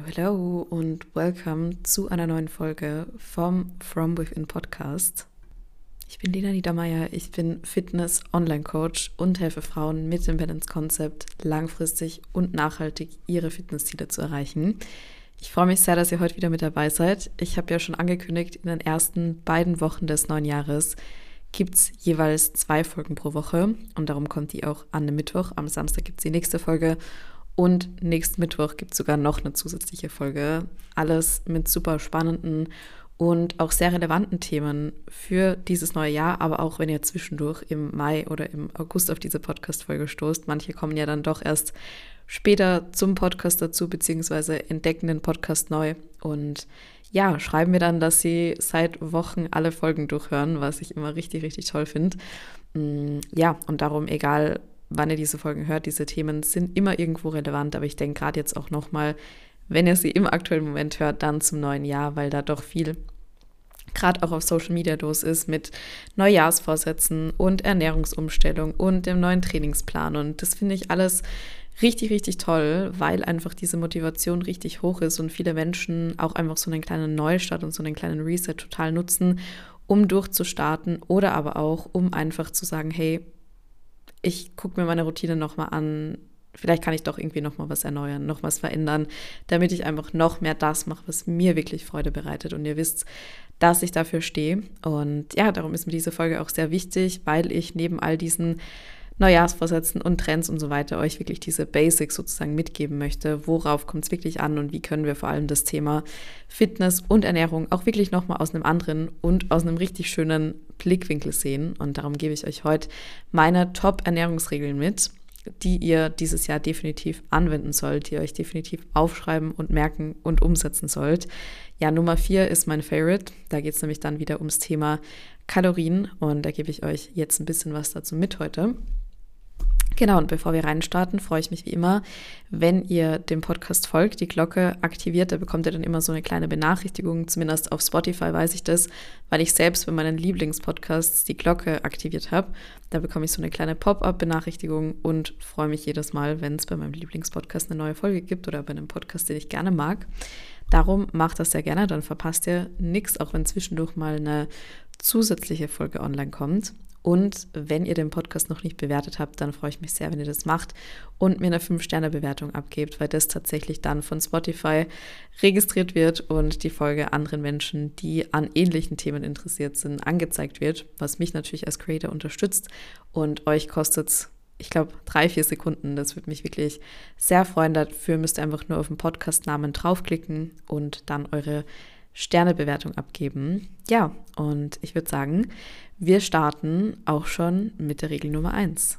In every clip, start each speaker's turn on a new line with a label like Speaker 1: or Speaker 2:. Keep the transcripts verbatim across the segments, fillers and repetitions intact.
Speaker 1: hello und welcome zu einer neuen Folge vom From Within Podcast. Ich bin Lena Niedermeyer, ich bin Fitness-Online-Coach und helfe Frauen mit dem Balance-Konzept langfristig und nachhaltig ihre Fitnessziele zu erreichen. Ich freue mich sehr, dass ihr heute wieder mit dabei seid. Ich habe ja schon angekündigt, in den ersten beiden Wochen des neuen Jahres gibt es jeweils zwei Folgen pro Woche und darum kommt die auch an dem Mittwoch. Am Samstag gibt es die nächste Folge. Und nächsten Mittwoch gibt es sogar noch eine zusätzliche Folge. Alles mit super spannenden und auch sehr relevanten Themen für dieses neue Jahr. Aber auch wenn ihr zwischendurch im Mai oder im August auf diese Podcast-Folge stoßt. Manche kommen ja dann doch erst später zum Podcast dazu, beziehungsweise entdecken den Podcast neu. Und ja, schreiben mir dann, dass sie seit Wochen alle Folgen durchhören, was ich immer richtig, richtig toll finde. Ja, und darum, egal wann ihr diese Folgen hört, diese Themen sind immer irgendwo relevant, aber ich denke gerade jetzt auch nochmal, wenn ihr sie im aktuellen Moment hört, dann zum neuen Jahr, weil da doch viel gerade auch auf Social Media los ist mit Neujahrsvorsätzen und Ernährungsumstellung und dem neuen Trainingsplan und das finde ich alles richtig, richtig toll, weil einfach diese Motivation richtig hoch ist und viele Menschen auch einfach so einen kleinen Neustart und so einen kleinen Reset total nutzen, um durchzustarten oder aber auch, um einfach zu sagen, hey, ich gucke mir meine Routine nochmal an, vielleicht kann ich doch irgendwie nochmal was erneuern, noch was verändern, damit ich einfach noch mehr das mache, was mir wirklich Freude bereitet. Und ihr wisst, dass ich dafür stehe. Und ja, darum ist mir diese Folge auch sehr wichtig, weil ich neben all diesen Neujahrsvorsätzen und Trends und so weiter euch wirklich diese Basics sozusagen mitgeben möchte. Worauf kommt es wirklich an und wie können wir vor allem das Thema Fitness und Ernährung auch wirklich nochmal aus einem anderen und aus einem richtig schönen Blickwinkel sehen. Und darum gebe ich euch heute meine Top-Ernährungsregeln mit, die ihr dieses Jahr definitiv anwenden sollt, die ihr euch definitiv aufschreiben und merken und umsetzen sollt. Ja, Nummer vier ist mein Favorite. Da geht es nämlich dann wieder ums Thema Kalorien und da gebe ich euch jetzt ein bisschen was dazu mit heute. Genau, und bevor wir reinstarten, freue ich mich wie immer, wenn ihr dem Podcast folgt, die Glocke aktiviert, da bekommt ihr dann immer so eine kleine Benachrichtigung, zumindest auf Spotify weiß ich das, weil ich selbst bei meinen Lieblingspodcasts die Glocke aktiviert habe. Da bekomme ich so eine kleine Pop-up-Benachrichtigung und freue mich jedes Mal, wenn es bei meinem Lieblingspodcast eine neue Folge gibt oder bei einem Podcast, den ich gerne mag. Darum macht das sehr gerne, dann verpasst ihr nichts, auch wenn zwischendurch mal eine zusätzliche Folge online kommt. Und wenn ihr den Podcast noch nicht bewertet habt, dann freue ich mich sehr, wenn ihr das macht und mir eine fünf Sterne Bewertung abgebt, weil das tatsächlich dann von Spotify registriert wird und die Folge anderen Menschen, die an ähnlichen Themen interessiert sind, angezeigt wird, was mich natürlich als Creator unterstützt und euch kostet es, ich glaube, drei, vier Sekunden. Das würde mich wirklich sehr freuen. Dafür müsst ihr einfach nur auf den Podcast-Namen draufklicken und dann eure Sternebewertung abgeben. Ja, und ich würde sagen, wir starten auch schon mit der Regel Nummer eins.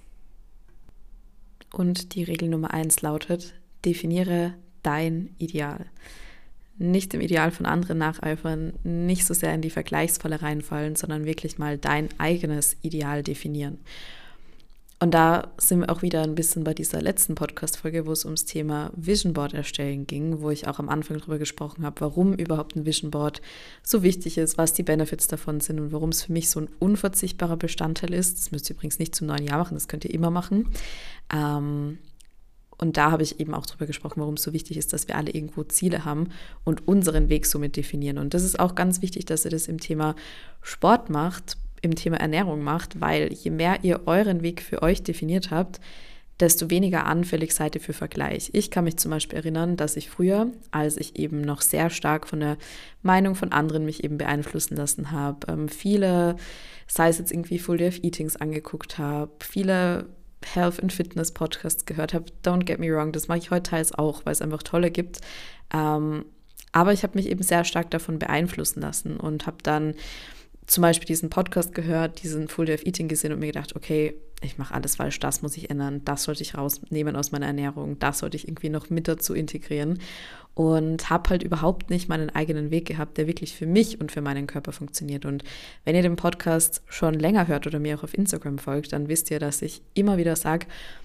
Speaker 1: Und die Regel Nummer eins lautet, definiere dein Ideal. Nicht dem Ideal von anderen nacheifern, nicht so sehr in die Vergleichsfalle reinfallen, sondern wirklich mal dein eigenes Ideal definieren. Und da sind wir auch wieder ein bisschen bei dieser letzten Podcast-Folge, wo es ums Thema Vision Board erstellen ging, wo ich auch am Anfang darüber gesprochen habe, warum überhaupt ein Vision Board so wichtig ist, was die Benefits davon sind und warum es für mich so ein unverzichtbarer Bestandteil ist. Das müsst ihr übrigens nicht zum neuen Jahr machen, das könnt ihr immer machen. Ähm, und da habe ich eben auch darüber gesprochen, warum es so wichtig ist, dass wir alle irgendwo Ziele haben und unseren Weg somit definieren. Und das ist auch ganz wichtig, dass ihr das im Thema Sport macht, im Thema Ernährung macht, weil je mehr ihr euren Weg für euch definiert habt, desto weniger anfällig seid ihr für Vergleich. Ich kann mich zum Beispiel erinnern, dass ich früher, als ich eben noch sehr stark von der Meinung von anderen mich eben beeinflussen lassen habe, ähm, viele, sei es jetzt irgendwie Full Day of Eatings angeguckt habe, viele Health and Fitness Podcasts gehört habe. Don't get me wrong, das mache ich heute teils auch, weil es einfach tolle gibt. Ähm, aber ich habe mich eben sehr stark davon beeinflussen lassen und habe dann zum Beispiel diesen Podcast gehört, diesen Full Day of Eating gesehen und mir gedacht, okay, ich mache alles falsch, das muss ich ändern, das sollte ich rausnehmen aus meiner Ernährung, das sollte ich irgendwie noch mit dazu integrieren und habe halt überhaupt nicht meinen eigenen Weg gehabt, der wirklich für mich und für meinen Körper funktioniert. Und wenn ihr den Podcast schon länger hört oder mir auch auf Instagram folgt, dann wisst ihr, dass ich immer wieder sage,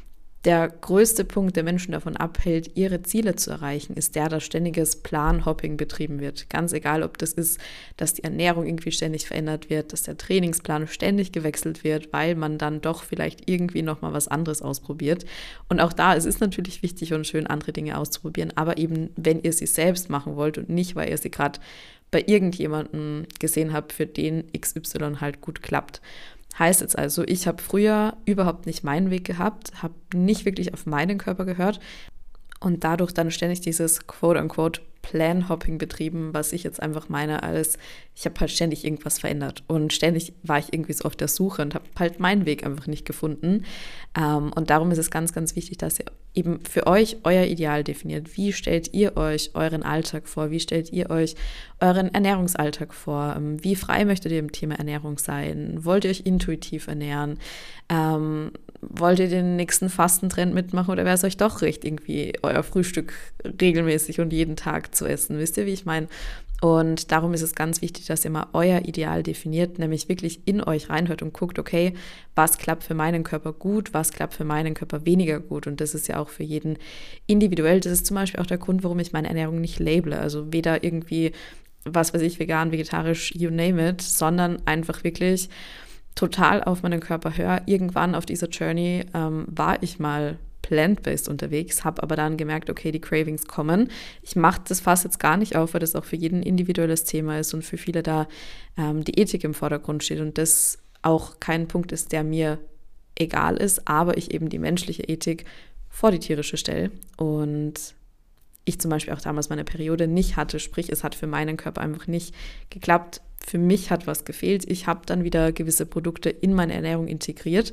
Speaker 1: Der größte Punkt, der Menschen davon abhält, ihre Ziele zu erreichen, ist der, dass ständiges Plan-Hopping betrieben wird. Ganz egal, ob das ist, dass die Ernährung irgendwie ständig verändert wird, dass der Trainingsplan ständig gewechselt wird, weil man dann doch vielleicht irgendwie nochmal was anderes ausprobiert. Und auch da, es ist natürlich wichtig und schön, andere Dinge auszuprobieren, aber eben, wenn ihr sie selbst machen wollt und nicht, weil ihr sie gerade bei irgendjemandem gesehen habt, für den X Y halt gut klappt. Heißt jetzt also, ich habe früher überhaupt nicht meinen Weg gehabt, habe nicht wirklich auf meinen Körper gehört und dadurch dann ständig dieses quote-unquote Plan-Hopping betrieben, was ich jetzt einfach meine als, ich habe halt ständig irgendwas verändert und ständig war ich irgendwie so auf der Suche und habe halt meinen Weg einfach nicht gefunden. Ähm, und darum ist es ganz, ganz wichtig, dass ihr eben für euch euer Ideal definiert. Wie stellt ihr euch euren Alltag vor? Wie stellt ihr euch euren Ernährungsalltag vor? Wie frei möchtet ihr im Thema Ernährung sein? Wollt ihr euch intuitiv ernähren? Ähm, wollt ihr den nächsten Fastentrend mitmachen oder wäre es euch doch recht, irgendwie euer Frühstück regelmäßig und jeden Tag zu essen? Wisst ihr, wie ich meine? Und darum ist es ganz wichtig, dass ihr mal euer Ideal definiert, nämlich wirklich in euch reinhört und guckt, okay, was klappt für meinen Körper gut, was klappt für meinen Körper weniger gut. Und das ist ja auch für jeden individuell. Das ist zum Beispiel auch der Grund, warum ich meine Ernährung nicht labele. Also weder irgendwie, was weiß ich, vegan, vegetarisch, you name it, sondern einfach wirklich total auf meinen Körper höre. Irgendwann auf dieser Journey ähm, war ich mal plant-based unterwegs, habe aber dann gemerkt, okay, die Cravings kommen. Ich mache das Fass jetzt gar nicht auf, weil das auch für jeden ein individuelles Thema ist und für viele da ähm, die Ethik im Vordergrund steht und das auch kein Punkt ist, der mir egal ist, aber ich eben die menschliche Ethik vor die tierische stelle und ich zum Beispiel auch damals meine Periode nicht hatte, sprich, es hat für meinen Körper einfach nicht geklappt. Für mich hat was gefehlt. Ich habe dann wieder gewisse Produkte in meine Ernährung integriert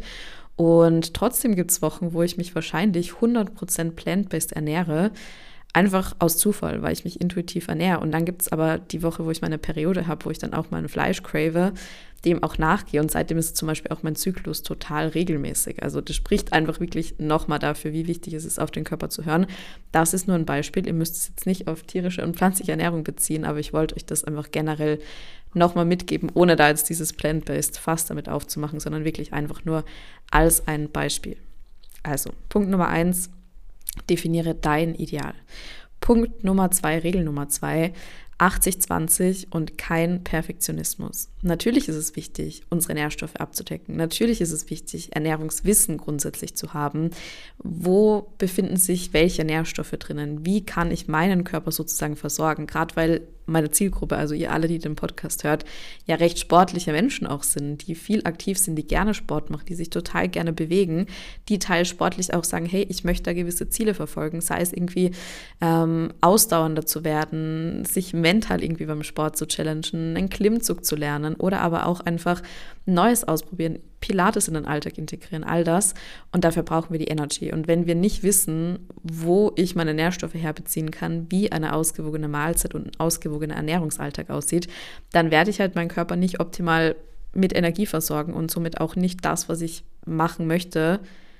Speaker 1: und trotzdem gibt es Wochen, wo ich mich wahrscheinlich hundert Prozent plant-based ernähre, einfach aus Zufall, weil ich mich intuitiv ernähre. Und dann gibt es aber die Woche, wo ich meine Periode habe, wo ich dann auch mein Fleisch crave, dem auch nachgehe. Und seitdem ist zum Beispiel auch mein Zyklus total regelmäßig. Also das spricht einfach wirklich nochmal dafür, wie wichtig es ist, auf den Körper zu hören. Das ist nur ein Beispiel. Ihr müsst es jetzt nicht auf tierische und pflanzliche Ernährung beziehen, aber ich wollte euch das einfach generell nochmal mitgeben, ohne da jetzt dieses Plant-Based Fass damit aufzumachen, sondern wirklich einfach nur als ein Beispiel. Also, Punkt Nummer eins, definiere dein Ideal. Punkt Nummer zwei, Regel Nummer zwei, achtzig zwanzig und kein Perfektionismus. Natürlich ist es wichtig, unsere Nährstoffe abzudecken. Natürlich ist es wichtig, Ernährungswissen grundsätzlich zu haben. Wo befinden sich welche Nährstoffe drinnen? Wie kann ich meinen Körper sozusagen versorgen? Gerade weil meine Zielgruppe, also ihr alle, die den Podcast hört, ja recht sportliche Menschen auch sind, die viel aktiv sind, die gerne Sport machen, die sich total gerne bewegen, die teilsportlich auch sagen, hey, ich möchte da gewisse Ziele verfolgen, sei es irgendwie ähm, ausdauernder zu werden, sich mental irgendwie beim Sport zu challengen, einen Klimmzug zu lernen oder aber auch einfach Neues ausprobieren, Pilates in den Alltag integrieren, all das. Und dafür brauchen wir die Energy. Und wenn wir nicht wissen, wo ich meine Nährstoffe herbeziehen kann, wie eine ausgewogene Mahlzeit und ein ausgewogener Ernährungsalltag aussieht, dann werde ich halt meinen Körper nicht optimal mit Energie versorgen und somit auch nicht das, was ich machen möchte,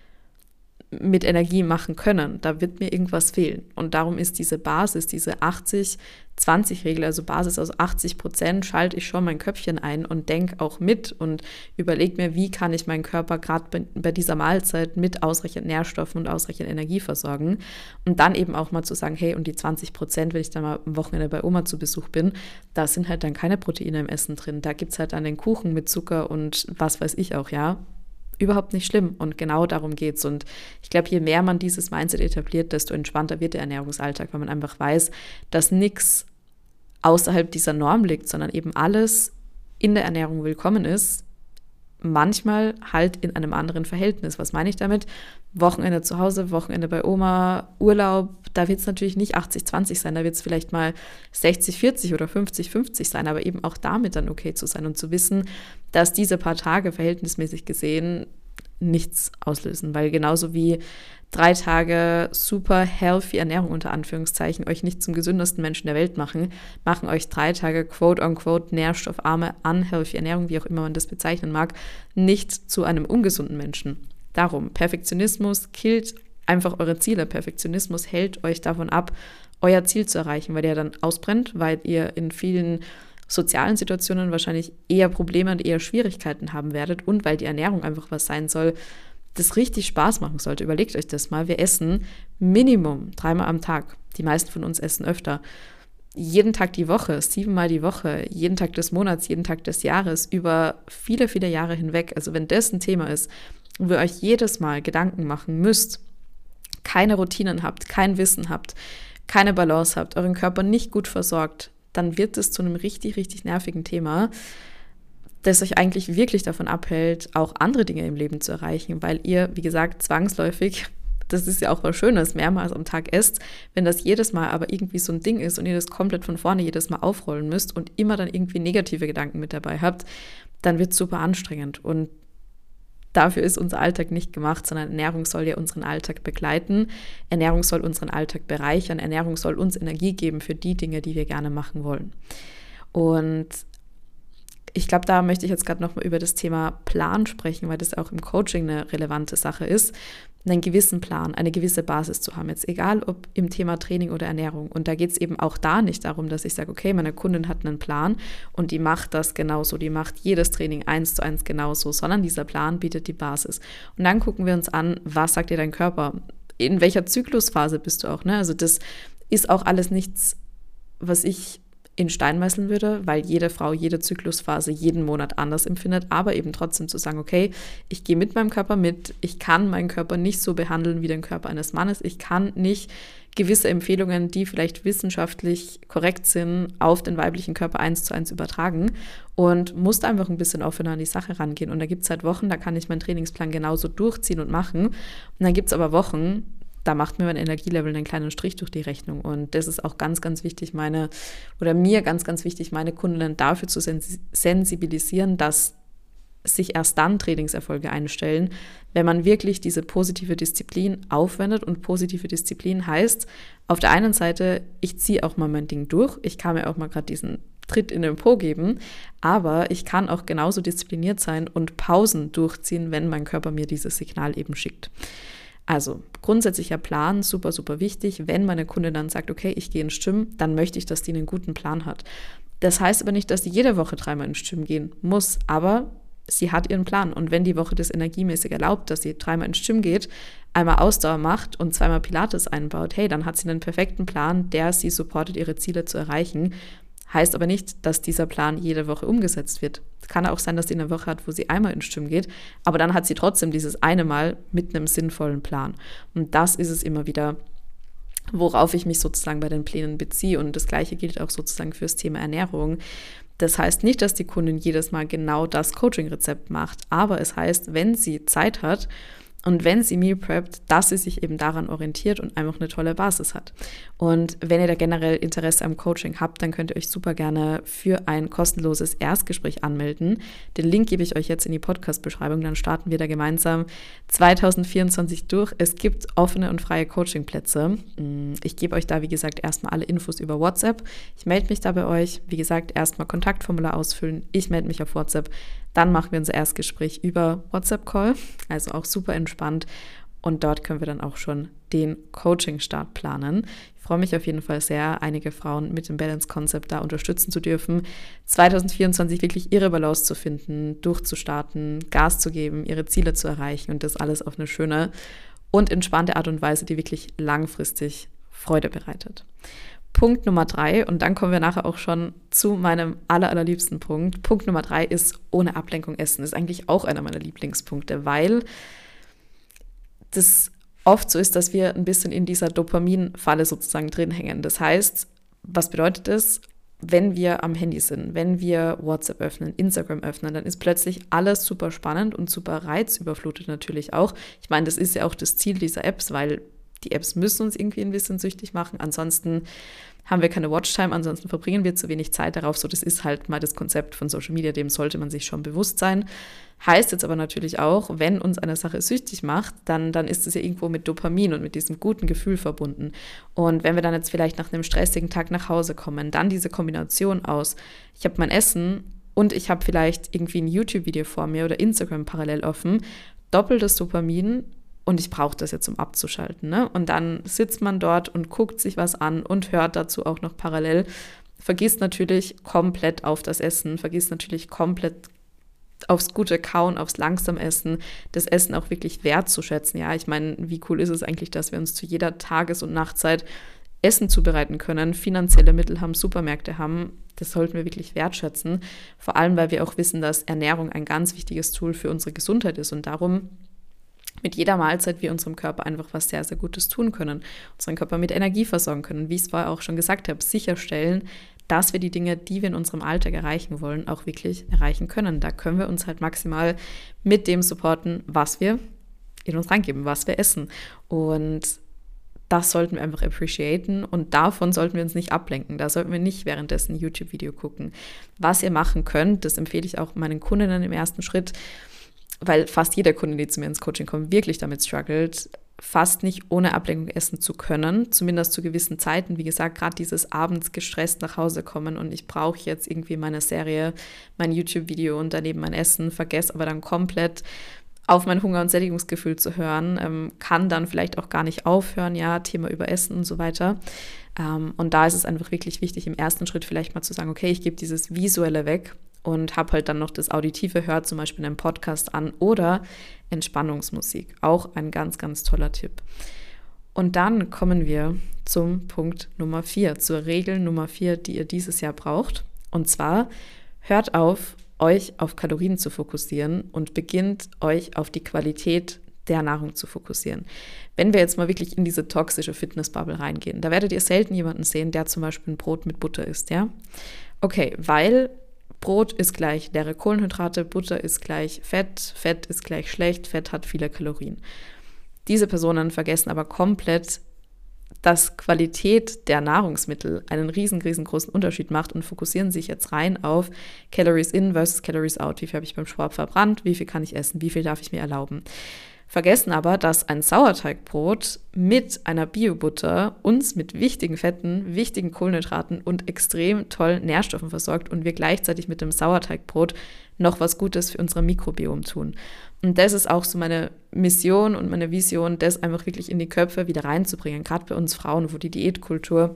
Speaker 1: mit Energie machen können. Da wird mir irgendwas fehlen. Und darum ist diese Basis, diese achtzig zwanzig Regel, also Basis aus achtzig Prozent, schalte ich schon mein Köpfchen ein und denke auch mit und überlege mir, wie kann ich meinen Körper gerade bei, bei dieser Mahlzeit mit ausreichend Nährstoffen und ausreichend Energie versorgen. Und dann eben auch mal zu sagen, hey, und die zwanzig Prozent, wenn ich dann mal am Wochenende bei Oma zu Besuch bin, da sind halt dann keine Proteine im Essen drin. Da gibt es halt dann den Kuchen mit Zucker und was weiß ich auch, ja. Überhaupt nicht schlimm und genau darum geht's. Und ich glaube, je mehr man dieses Mindset etabliert, desto entspannter wird der Ernährungsalltag, weil man einfach weiß, dass nichts außerhalb dieser Norm liegt, sondern eben alles in der Ernährung willkommen ist, manchmal halt in einem anderen Verhältnis. Was meine ich damit? Wochenende zu Hause, Wochenende bei Oma, Urlaub, da wird es natürlich nicht achtzig zwanzig sein, da wird es vielleicht mal sechzig vierzig oder fünfzig fünfzig sein, aber eben auch damit dann okay zu sein und zu wissen, dass diese paar Tage verhältnismäßig gesehen nichts auslösen, weil genauso wie drei Tage super healthy Ernährung unter Anführungszeichen euch nicht zum gesündesten Menschen der Welt machen, machen euch drei Tage quote-unquote nährstoffarme, unhealthy Ernährung, wie auch immer man das bezeichnen mag, nicht zu einem ungesunden Menschen. Darum, Perfektionismus killt einfach eure Ziele. Perfektionismus hält euch davon ab, euer Ziel zu erreichen, weil ihr dann ausbrennt, weil ihr in vielen sozialen Situationen wahrscheinlich eher Probleme und eher Schwierigkeiten haben werdet und weil die Ernährung einfach was sein soll, das richtig Spaß machen sollte. Überlegt euch das mal. Wir essen Minimum dreimal am Tag. Die meisten von uns essen öfter. Jeden Tag die Woche, siebenmal die Woche, jeden Tag des Monats, jeden Tag des Jahres, über viele, viele Jahre hinweg. Also wenn das ein Thema ist, wo ihr euch jedes Mal Gedanken machen müsst, keine Routinen habt, kein Wissen habt, keine Balance habt, euren Körper nicht gut versorgt, dann wird es zu einem richtig, richtig nervigen Thema, das euch eigentlich wirklich davon abhält, auch andere Dinge im Leben zu erreichen, weil ihr, wie gesagt, zwangsläufig, das ist ja auch was Schönes, mehrmals am Tag esst, wenn das jedes Mal aber irgendwie so ein Ding ist und ihr das komplett von vorne jedes Mal aufrollen müsst und immer dann irgendwie negative Gedanken mit dabei habt, dann wird es super anstrengend. Und dafür ist unser Alltag nicht gemacht, sondern Ernährung soll ja unseren Alltag begleiten. Ernährung soll unseren Alltag bereichern. Ernährung soll uns Energie geben für die Dinge, die wir gerne machen wollen. Und ich glaube, da möchte ich jetzt gerade nochmal über das Thema Plan sprechen, weil das auch im Coaching eine relevante Sache ist, einen gewissen Plan, eine gewisse Basis zu haben. Jetzt egal, ob im Thema Training oder Ernährung. Und da geht es eben auch da nicht darum, dass ich sage, okay, meine Kundin hat einen Plan und die macht das genauso, die macht jedes Training eins zu eins genauso, sondern dieser Plan bietet die Basis. Und dann gucken wir uns an, was sagt dir dein Körper? In welcher Zyklusphase bist du auch? Ne? Also das ist auch alles nichts, was ich in Stein meißeln würde, weil jede Frau jede Zyklusphase jeden Monat anders empfindet, aber eben trotzdem zu sagen, okay, ich gehe mit meinem Körper mit, ich kann meinen Körper nicht so behandeln wie den Körper eines Mannes, ich kann nicht gewisse Empfehlungen, die vielleicht wissenschaftlich korrekt sind, auf den weiblichen Körper eins zu eins übertragen und muss da einfach ein bisschen offener an die Sache rangehen. Und da gibt es halt Wochen, da kann ich meinen Trainingsplan genauso durchziehen und machen. Und dann gibt es aber Wochen, da macht mir mein Energielevel einen kleinen Strich durch die Rechnung. Und das ist auch ganz, ganz wichtig, meine, oder mir ganz, ganz wichtig, meine Kundinnen dafür zu sensibilisieren, dass sich erst dann Trainingserfolge einstellen, wenn man wirklich diese positive Disziplin aufwendet. Und positive Disziplin heißt, auf der einen Seite, ich ziehe auch mal mein Ding durch, ich kann mir auch mal gerade diesen Tritt in den Po geben, aber ich kann auch genauso diszipliniert sein und Pausen durchziehen, wenn mein Körper mir dieses Signal eben schickt. Also grundsätzlicher Plan, super, super wichtig. Wenn meine Kundin dann sagt, okay, ich gehe ins Gym, dann möchte ich, dass die einen guten Plan hat. Das heißt aber nicht, dass sie jede Woche dreimal ins Gym gehen muss, aber sie hat ihren Plan. Und wenn die Woche das energiemäßig erlaubt, dass sie dreimal ins Gym geht, einmal Ausdauer macht und zweimal Pilates einbaut, hey, dann hat sie einen perfekten Plan, der sie supportet, ihre Ziele zu erreichen. Heißt aber nicht, dass dieser Plan jede Woche umgesetzt wird. Kann auch sein, dass sie eine Woche hat, wo sie einmal ins Gym geht, aber dann hat sie trotzdem dieses eine Mal mit einem sinnvollen Plan. Und das ist es immer wieder, worauf ich mich sozusagen bei den Plänen beziehe. Und das Gleiche gilt auch sozusagen fürs Thema Ernährung. Das heißt nicht, dass die Kundin jedes Mal genau das Coaching-Rezept macht, aber es heißt, wenn sie Zeit hat, und wenn sie Meal preppt, dass sie sich eben daran orientiert und einfach eine tolle Basis hat. Und wenn ihr da generell Interesse am Coaching habt, dann könnt ihr euch super gerne für ein kostenloses Erstgespräch anmelden. Den Link gebe ich euch jetzt in die Podcast-Beschreibung, dann starten wir da gemeinsam zwanzig vierundzwanzig durch. Es gibt offene und freie Coachingplätze. Ich gebe euch da, wie gesagt, erstmal alle Infos über WhatsApp. Ich melde mich da bei euch. Wie gesagt, erstmal Kontaktformular ausfüllen. Ich melde mich auf WhatsApp. Dann machen wir unser Erstgespräch über WhatsApp-Call, also auch super entspannt. Und dort können wir dann auch schon den Coaching-Start planen. Ich freue mich auf jeden Fall sehr, einige Frauen mit dem Balance-Konzept da unterstützen zu dürfen, zwanzig vierundzwanzig wirklich ihre Balance zu finden, durchzustarten, Gas zu geben, ihre Ziele zu erreichen und das alles auf eine schöne und entspannte Art und Weise, die wirklich langfristig Freude bereitet. Punkt Nummer drei, und dann kommen wir nachher auch schon zu meinem aller, allerliebsten Punkt. Punkt Nummer drei ist ohne Ablenkung essen. Ist eigentlich auch einer meiner Lieblingspunkte, weil das oft so ist, dass wir ein bisschen in dieser Dopamin-Falle sozusagen drin hängen. Das heißt, was bedeutet das? Wenn wir am Handy sind, wenn wir WhatsApp öffnen, Instagram öffnen, dann ist plötzlich alles super spannend und super reizüberflutet natürlich auch. Ich meine, das ist ja auch das Ziel dieser Apps, weil die Apps müssen uns irgendwie ein bisschen süchtig machen. Ansonsten haben wir keine Watchtime, ansonsten verbringen wir zu wenig Zeit darauf. So, das ist halt mal das Konzept von Social Media, dem sollte man sich schon bewusst sein. Heißt jetzt aber natürlich auch, wenn uns eine Sache süchtig macht, dann, dann ist es ja irgendwo mit Dopamin und mit diesem guten Gefühl verbunden. Und wenn wir dann jetzt vielleicht nach einem stressigen Tag nach Hause kommen, dann diese Kombination aus, ich habe mein Essen und ich habe vielleicht irgendwie ein YouTube-Video vor mir oder Instagram parallel offen, doppeltes Dopamin. Und ich brauche das jetzt, um abzuschalten. Ne? Und dann sitzt man dort und guckt sich was an und hört dazu auch noch parallel. Vergisst natürlich komplett auf das Essen, vergisst natürlich komplett aufs gute Kauen, aufs langsam Essen, das Essen auch wirklich wertzuschätzen. Ja, ich meine, wie cool ist es eigentlich, dass wir uns zu jeder Tages- und Nachtzeit Essen zubereiten können, finanzielle Mittel haben, Supermärkte haben. Das sollten wir wirklich wertschätzen. Vor allem, weil wir auch wissen, dass Ernährung ein ganz wichtiges Tool für unsere Gesundheit ist und darum mit jeder Mahlzeit wir unserem Körper einfach was sehr, sehr Gutes tun können. Unseren Körper mit Energie versorgen können. Wie ich es vorher auch schon gesagt habe, sicherstellen, dass wir die Dinge, die wir in unserem Alltag erreichen wollen, auch wirklich erreichen können. Da können wir uns halt maximal mit dem supporten, was wir in uns reingeben, was wir essen. Und das sollten wir einfach appreciaten und davon sollten wir uns nicht ablenken. Da sollten wir nicht währenddessen ein YouTube-Video gucken. Was ihr machen könnt, das empfehle ich auch meinen Kundinnen im ersten Schritt, weil fast jeder Kunde, die zu mir ins Coaching kommt, wirklich damit struggelt, fast nicht ohne Ablenkung essen zu können, zumindest zu gewissen Zeiten. Wie gesagt, gerade dieses abends gestresst nach Hause kommen und ich brauche jetzt irgendwie meine Serie, mein YouTube-Video und daneben mein Essen, vergesse aber dann komplett auf mein Hunger- und Sättigungsgefühl zu hören, ähm, kann dann vielleicht auch gar nicht aufhören, ja, Thema Überessen und so weiter. Ähm, und da ist es einfach wirklich wichtig, im ersten Schritt vielleicht mal zu sagen, okay, ich gebe dieses Visuelle weg und habe halt dann noch das Auditive, hört zum Beispiel einen Podcast an oder Entspannungsmusik. Auch ein ganz, ganz toller Tipp. Und dann kommen wir zum Punkt Nummer vier, zur Regel Nummer vier, die ihr dieses Jahr braucht. Und zwar hört auf, euch auf Kalorien zu fokussieren und beginnt euch auf die Qualität der Nahrung zu fokussieren. Wenn wir jetzt mal wirklich in diese toxische Fitnessbubble reingehen, da werdet ihr selten jemanden sehen, der zum Beispiel ein Brot mit Butter isst, ja? Okay, weil Brot ist gleich leere Kohlenhydrate, Butter ist gleich Fett, Fett ist gleich schlecht, Fett hat viele Kalorien. Diese Personen vergessen aber komplett, dass Qualität der Nahrungsmittel einen riesen, riesengroßen Unterschied macht und fokussieren sich jetzt rein auf Calories in versus Calories out. Wie viel habe ich beim Sport verbrannt? Wie viel kann ich essen? Wie viel darf ich mir erlauben? Vergessen aber, dass ein Sauerteigbrot mit einer Biobutter uns mit wichtigen Fetten, wichtigen Kohlenhydraten und extrem tollen Nährstoffen versorgt und wir gleichzeitig mit dem Sauerteigbrot noch was Gutes für unser Mikrobiom tun. Und das ist auch so meine Mission und meine Vision, das einfach wirklich in die Köpfe wieder reinzubringen, gerade bei uns Frauen, wo die Diätkultur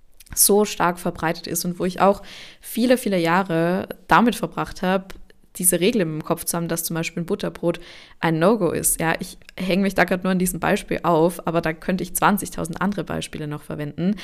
Speaker 1: so stark verbreitet ist und wo ich auch viele, viele Jahre damit verbracht habe, diese Regel im Kopf zu haben, dass zum Beispiel ein Butterbrot ein No-Go ist. Ja, ich hänge mich da gerade nur an diesem Beispiel auf, aber da könnte ich zwanzigtausend andere Beispiele noch verwenden.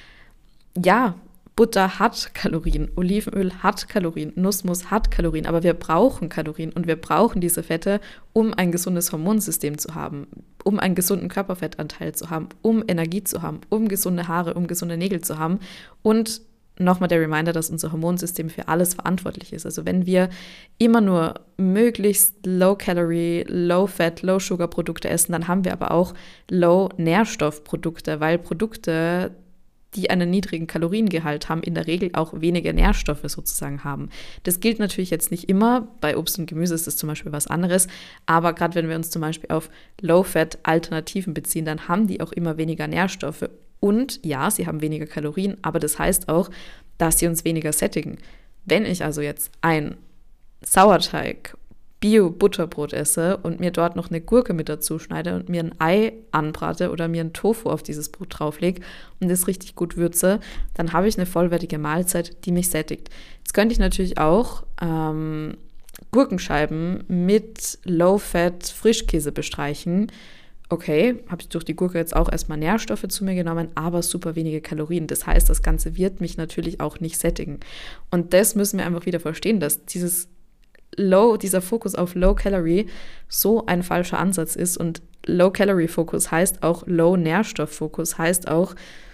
Speaker 1: Ja, Butter hat Kalorien, Olivenöl hat Kalorien, Nussmus hat Kalorien, aber wir brauchen Kalorien und wir brauchen diese Fette, um ein gesundes Hormonsystem zu haben, um einen gesunden Körperfettanteil zu haben, um Energie zu haben, um gesunde Haare, um gesunde Nägel zu haben und nochmal der Reminder, dass unser Hormonsystem für alles verantwortlich ist. Also wenn wir immer nur möglichst Low-Calorie, Low-Fat, Low-Sugar-Produkte essen, dann haben wir aber auch Low-Nährstoff-Produkte, weil Produkte, die einen niedrigen Kaloriengehalt haben, in der Regel auch weniger Nährstoffe sozusagen haben. Das gilt natürlich jetzt nicht immer. Bei Obst und Gemüse ist das zum Beispiel was anderes. Aber gerade wenn wir uns zum Beispiel auf Low-Fat-Alternativen beziehen, dann haben die auch immer weniger Nährstoffe. Und ja, sie haben weniger Kalorien, aber das heißt auch, dass sie uns weniger sättigen. Wenn ich also jetzt ein Sauerteig, Bio-Butterbrot esse und mir dort noch eine Gurke mit dazu schneide und mir ein Ei anbrate oder mir ein Tofu auf dieses Brot drauflege und das richtig gut würze, dann habe ich eine vollwertige Mahlzeit, die mich sättigt. Jetzt könnte ich natürlich auch ähm, Gurkenscheiben mit Low-Fat Frischkäse bestreichen. Okay, habe ich durch die Gurke jetzt auch erstmal Nährstoffe zu mir genommen, aber super wenige Kalorien. Das heißt, das Ganze wird mich natürlich auch nicht sättigen. Und das müssen wir einfach wieder verstehen, dass dieses Low, dieser Fokus auf Low Calorie so ein falscher Ansatz ist. Und Low Calorie Fokus heißt auch Low Nährstoff Fokus, heißt auch,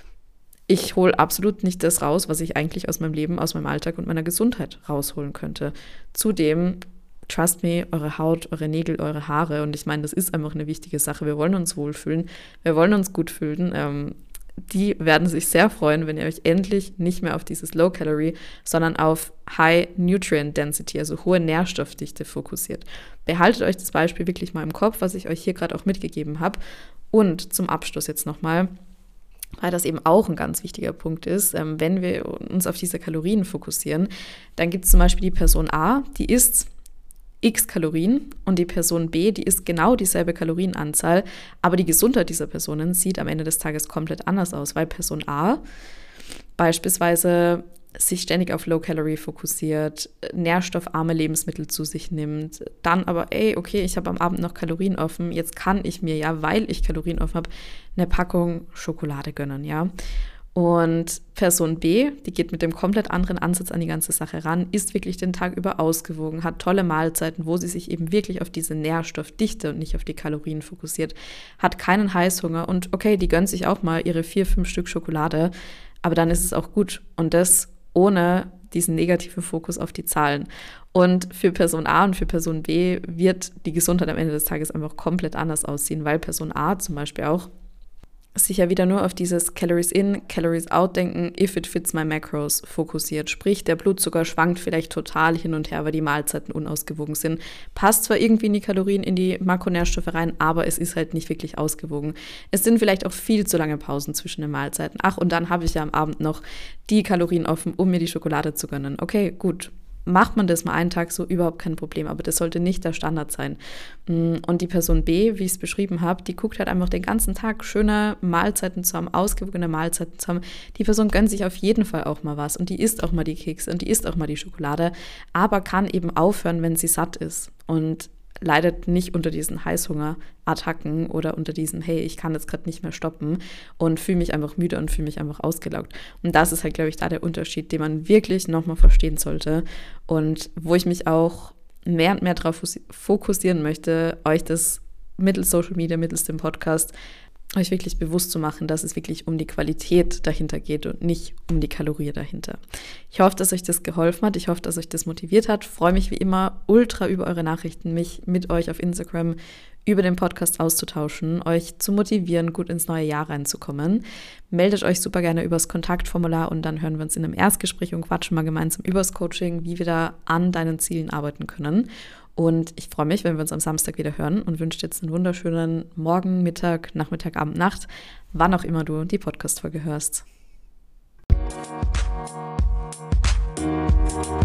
Speaker 1: ich hole absolut nicht das raus, was ich eigentlich aus meinem Leben, aus meinem Alltag und meiner Gesundheit rausholen könnte. Zudem, trust me, eure Haut, eure Nägel, eure Haare, und ich meine, das ist einfach eine wichtige Sache. Wir wollen uns wohlfühlen, wir wollen uns gut fühlen. Ähm, die werden sich sehr freuen, wenn ihr euch endlich nicht mehr auf dieses Low Calorie, sondern auf High Nutrient Density, also hohe Nährstoffdichte fokussiert. Behaltet euch das Beispiel wirklich mal im Kopf, was ich euch hier gerade auch mitgegeben habe. Und zum Abschluss jetzt nochmal, weil das eben auch ein ganz wichtiger Punkt ist, ähm, wenn wir uns auf diese Kalorien fokussieren, dann gibt es zum Beispiel die Person A, die isst x Kalorien und die Person B, die isst genau dieselbe Kalorienanzahl, aber die Gesundheit dieser Personen sieht am Ende des Tages komplett anders aus, weil Person A beispielsweise sich ständig auf Low-Calorie fokussiert, nährstoffarme Lebensmittel zu sich nimmt, dann aber, ey, okay, ich habe am Abend noch Kalorien offen, jetzt kann ich mir ja, weil ich Kalorien offen habe, eine Packung Schokolade gönnen, ja. Und Person B, die geht mit dem komplett anderen Ansatz an die ganze Sache ran, ist wirklich den Tag über ausgewogen, hat tolle Mahlzeiten, wo sie sich eben wirklich auf diese Nährstoffdichte und nicht auf die Kalorien fokussiert, hat keinen Heißhunger und okay, die gönnt sich auch mal ihre vier, fünf Stück Schokolade, aber dann ist es auch gut und das ohne diesen negativen Fokus auf die Zahlen. Und für Person A und für Person B wird die Gesundheit am Ende des Tages einfach komplett anders aussehen, weil Person A zum Beispiel auch sich ja wieder nur auf dieses Calories in, Calories out denken, if it fits my macros fokussiert. Sprich, der Blutzucker schwankt vielleicht total hin und her, weil die Mahlzeiten unausgewogen sind. Passt zwar irgendwie in die Kalorien, in die Makronährstoffe rein, aber es ist halt nicht wirklich ausgewogen. Es sind vielleicht auch viel zu lange Pausen zwischen den Mahlzeiten. Ach, und dann habe ich ja am Abend noch die Kalorien offen, um mir die Schokolade zu gönnen. Okay, gut. Macht man das mal einen Tag so, überhaupt kein Problem, aber das sollte nicht der Standard sein. Und die Person B, wie ich es beschrieben habe, die guckt halt einfach den ganzen Tag schöne Mahlzeiten zu haben, ausgewogene Mahlzeiten zu haben. Die Person gönnt sich auf jeden Fall auch mal was und die isst auch mal die Kekse und die isst auch mal die Schokolade, aber kann eben aufhören, wenn sie satt ist und leidet nicht unter diesen Heißhungerattacken oder unter diesen, hey, ich kann jetzt gerade nicht mehr stoppen und fühle mich einfach müde und fühle mich einfach ausgelaugt. Und das ist halt, glaube ich, da der Unterschied, den man wirklich nochmal verstehen sollte und wo ich mich auch mehr und mehr darauf fokussieren möchte, euch das mittels Social Media, mittels dem Podcast euch wirklich bewusst zu machen, dass es wirklich um die Qualität dahinter geht und nicht um die Kalorie dahinter. Ich hoffe, dass euch das geholfen hat. Ich hoffe, dass euch das motiviert hat. Freue mich wie immer ultra über eure Nachrichten, mich mit euch auf Instagram über den Podcast auszutauschen, euch zu motivieren, gut ins neue Jahr reinzukommen. Meldet euch super gerne übers Kontaktformular und dann hören wir uns in einem Erstgespräch und quatschen mal gemeinsam übers Coaching, wie wir da an deinen Zielen arbeiten können. Und ich freue mich, wenn wir uns am Samstag wieder hören und wünsche dir jetzt einen wunderschönen Morgen, Mittag, Nachmittag, Abend, Nacht, wann auch immer du die Podcast-Folge hörst.